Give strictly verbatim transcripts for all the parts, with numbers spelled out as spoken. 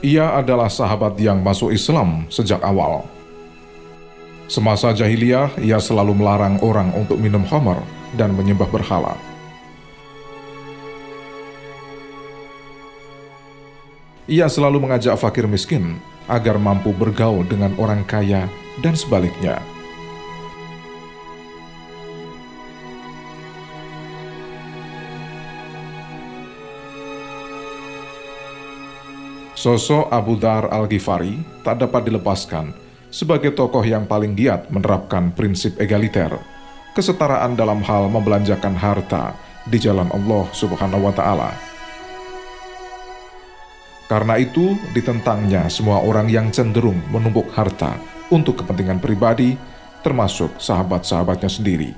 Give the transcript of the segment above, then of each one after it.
Ia adalah sahabat yang masuk Islam sejak awal. Semasa jahiliyah, ia selalu melarang orang untuk minum khamar dan menyembah berhala. Ia selalu mengajak fakir miskin agar mampu bergaul dengan orang kaya dan sebaliknya. Sosok Abu Dzar Al-Ghifari tak dapat dilepaskan sebagai tokoh yang paling giat menerapkan prinsip egaliter, kesetaraan dalam hal membelanjakan harta di jalan Allah Subhanahu wa Ta'ala. Karena itu, ditentangnya semua orang yang cenderung menumpuk harta untuk kepentingan pribadi, termasuk sahabat-sahabatnya sendiri.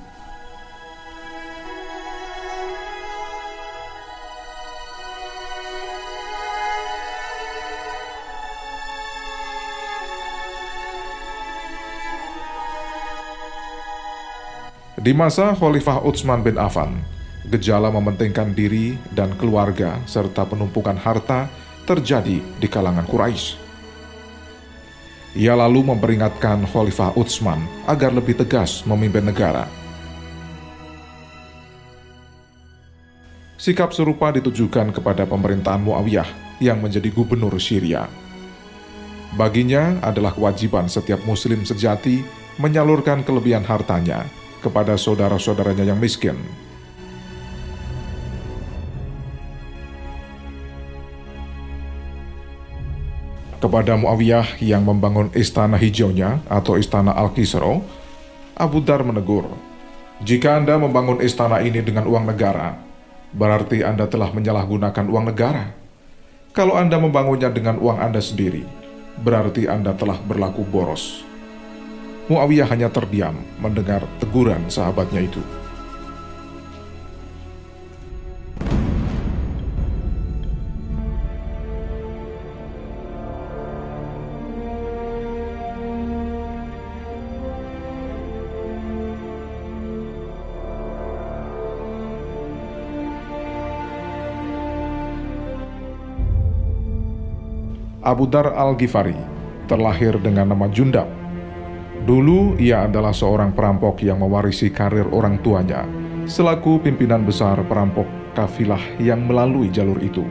Di masa Khalifah Utsman bin Affan, gejala mementingkan diri dan keluarga serta penumpukan harta terjadi di kalangan Quraisy. Ia lalu memperingatkan Khalifah Utsman agar lebih tegas memimpin negara. Sikap serupa ditujukan kepada pemerintahan Muawiyah yang menjadi gubernur Syria. Baginya adalah kewajiban setiap muslim sejati menyalurkan kelebihan hartanya kepada saudara-saudaranya yang miskin. Kepada Muawiyah yang membangun istana hijaunya atau istana Al-Kisra, Abu Dzar menegur, "Jika Anda membangun istana ini dengan uang negara, berarti Anda telah menyalahgunakan uang negara. Kalau Anda membangunnya dengan uang Anda sendiri, berarti Anda telah berlaku boros." Muawiyah hanya terdiam mendengar teguran sahabatnya itu. Abu Dzar Al-Ghifari terlahir dengan nama Jundab. Dulu ia adalah seorang perampok yang mewarisi karir orang tuanya selaku pimpinan besar perampok kafilah yang melalui jalur itu.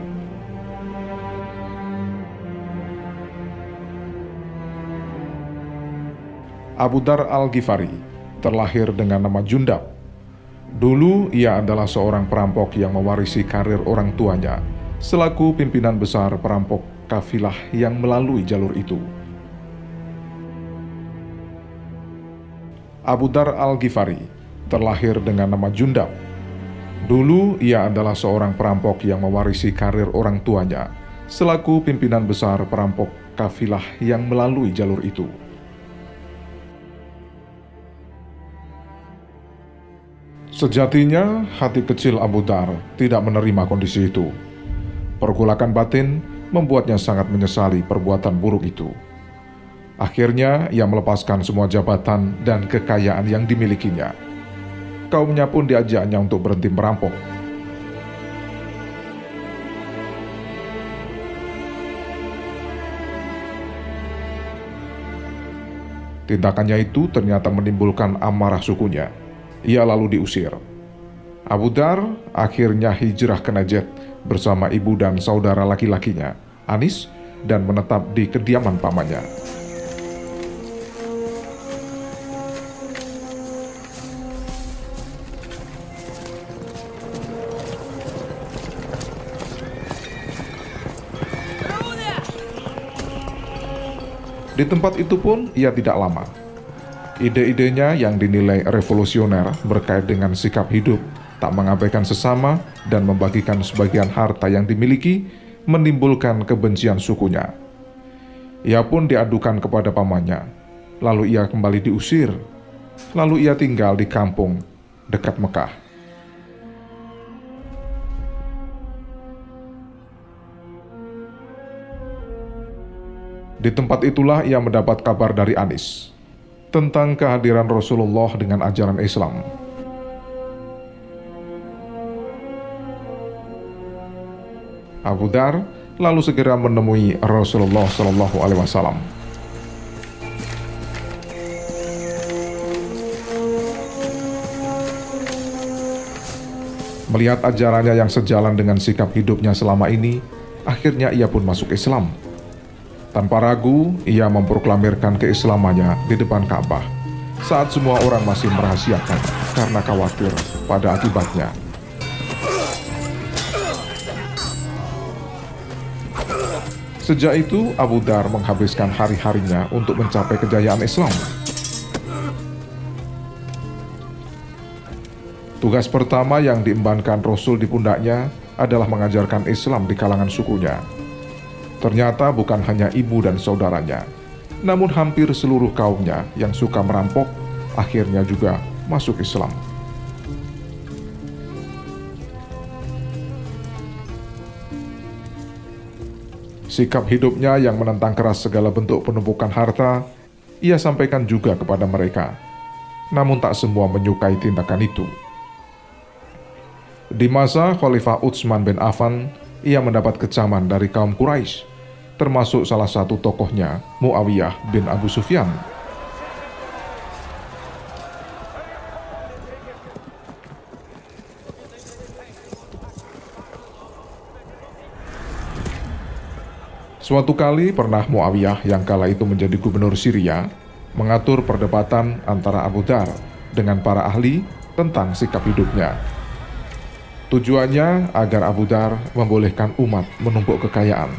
Abu Dzar Al-Ghifari terlahir dengan nama Jundab. Dulu ia adalah seorang perampok yang mewarisi karir orang tuanya selaku pimpinan besar perampok kafilah yang melalui jalur itu. Abu Dzar Al-Ghifari terlahir dengan nama Jundab. Dulu ia adalah seorang perampok yang mewarisi karir orang tuanya selaku pimpinan besar perampok kafilah yang melalui jalur itu. Sejatinya, hati kecil Abu Dzar tidak menerima kondisi itu. Pergolakan batin membuatnya sangat menyesali perbuatan buruk itu. Akhirnya, ia melepaskan semua jabatan dan kekayaan yang dimilikinya. Kaumnya pun diajaknya untuk berhenti merampok. Tindakannya itu ternyata menimbulkan amarah sukunya. Ia lalu diusir. Abu Dzar akhirnya hijrah ke Najd bersama ibu dan saudara laki-lakinya, Anis, dan menetap di kediaman pamannya. Di tempat itu pun ia tidak lama. Ide-idenya yang dinilai revolusioner berkait dengan sikap hidup, tak mengabaikan sesama, dan membagikan sebagian harta yang dimiliki menimbulkan kebencian sukunya. Ia pun diadukan kepada pamannya, lalu ia kembali diusir, lalu ia tinggal di kampung dekat Mekah. Di tempat itulah ia mendapat kabar dari Anis tentang kehadiran Rasulullah dengan ajaran Islam. Abu Dzar lalu segera menemui Rasulullah Shallallahu Alaihi Wasallam. Melihat ajarannya yang sejalan dengan sikap hidupnya selama ini, akhirnya ia pun masuk Islam. Tanpa ragu, ia memproklamirkan keislamannya di depan Ka'bah saat semua orang masih merahasiakan karena khawatir pada akibatnya. Sejak itu, Abu Dar menghabiskan hari-harinya untuk mencapai kejayaan Islam. Tugas pertama yang diembankan Rasul di pundaknya adalah mengajarkan Islam di kalangan sukunya. Ternyata bukan hanya ibu dan saudaranya, namun hampir seluruh kaumnya yang suka merampok akhirnya juga masuk Islam. Sikap hidupnya yang menentang keras segala bentuk penumpukan harta, ia sampaikan juga kepada mereka. Namun tak semua menyukai tindakan itu. Di masa Khalifah Utsman bin Affan, ia mendapat kecaman dari kaum Quraisy, termasuk salah satu tokohnya, Muawiyah bin Abu Sufyan. Suatu kali pernah Muawiyah yang kala itu menjadi gubernur Syria mengatur perdebatan antara Abu Dar dengan para ahli tentang sikap hidupnya. Tujuannya agar Abu Dar membolehkan umat menumpuk kekayaan.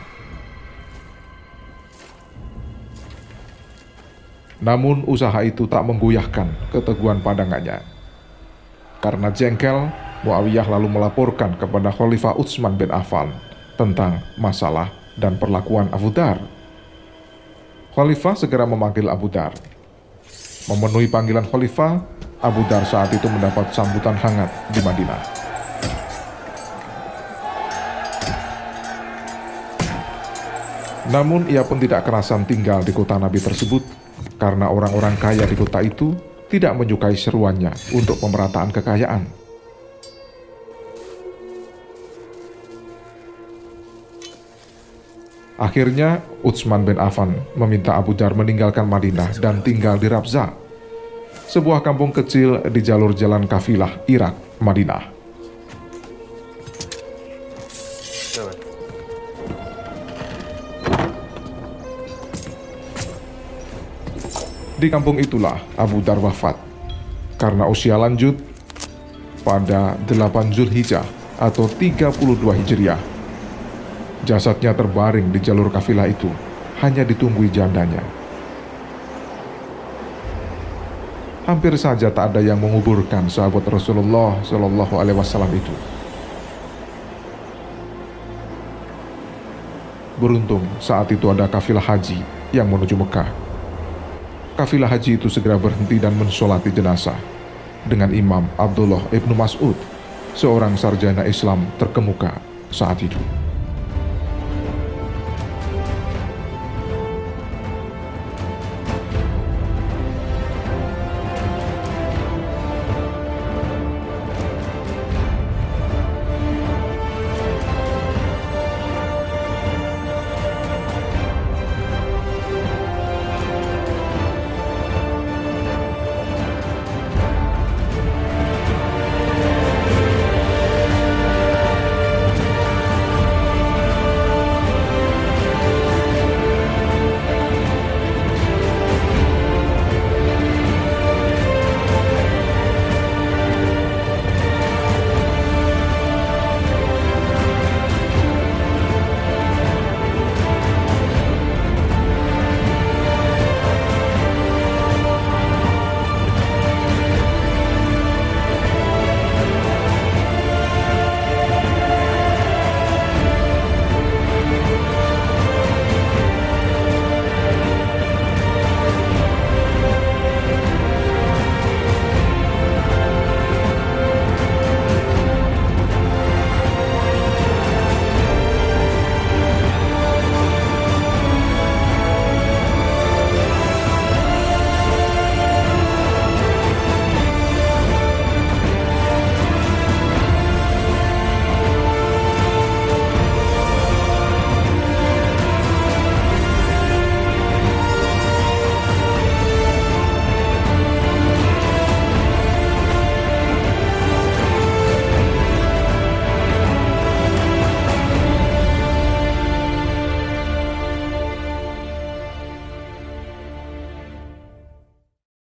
Namun usaha itu tak menggoyahkan keteguhan pandangannya. Karena jengkel, Muawiyah lalu melaporkan kepada Khalifah Utsman bin Affan tentang masalah dan perlakuan Abu Dar. Khalifah segera memanggil Abu Dar. Memenuhi panggilan Khalifah, Abu Dar saat itu mendapat sambutan hangat di Madinah. Namun ia pun tidak kerasan tinggal di kota Nabi tersebut, karena orang-orang kaya di kota itu tidak menyukai seruannya untuk pemerataan kekayaan. Akhirnya, Utsman bin Affan meminta Abu Dar meninggalkan Madinah dan tinggal di Rabza, sebuah kampung kecil di jalur jalan kafilah Irak, Madinah. Di kampung itulah Abu Dar wafat karena usia lanjut pada delapan Zulhijjah atau tiga puluh dua Hijriah. Jasadnya terbaring di jalur kafilah itu, hanya ditunggui jandanya. Hampir saja tak ada yang menguburkan sahabat Rasulullah Shallallahu Alaihi Wasallam itu. Beruntung saat itu ada kafilah haji yang menuju Mekah. Kafilah haji itu segera berhenti dan mensolati jenazah dengan Imam Abdullah ibnu Mas'ud, seorang sarjana Islam terkemuka saat itu.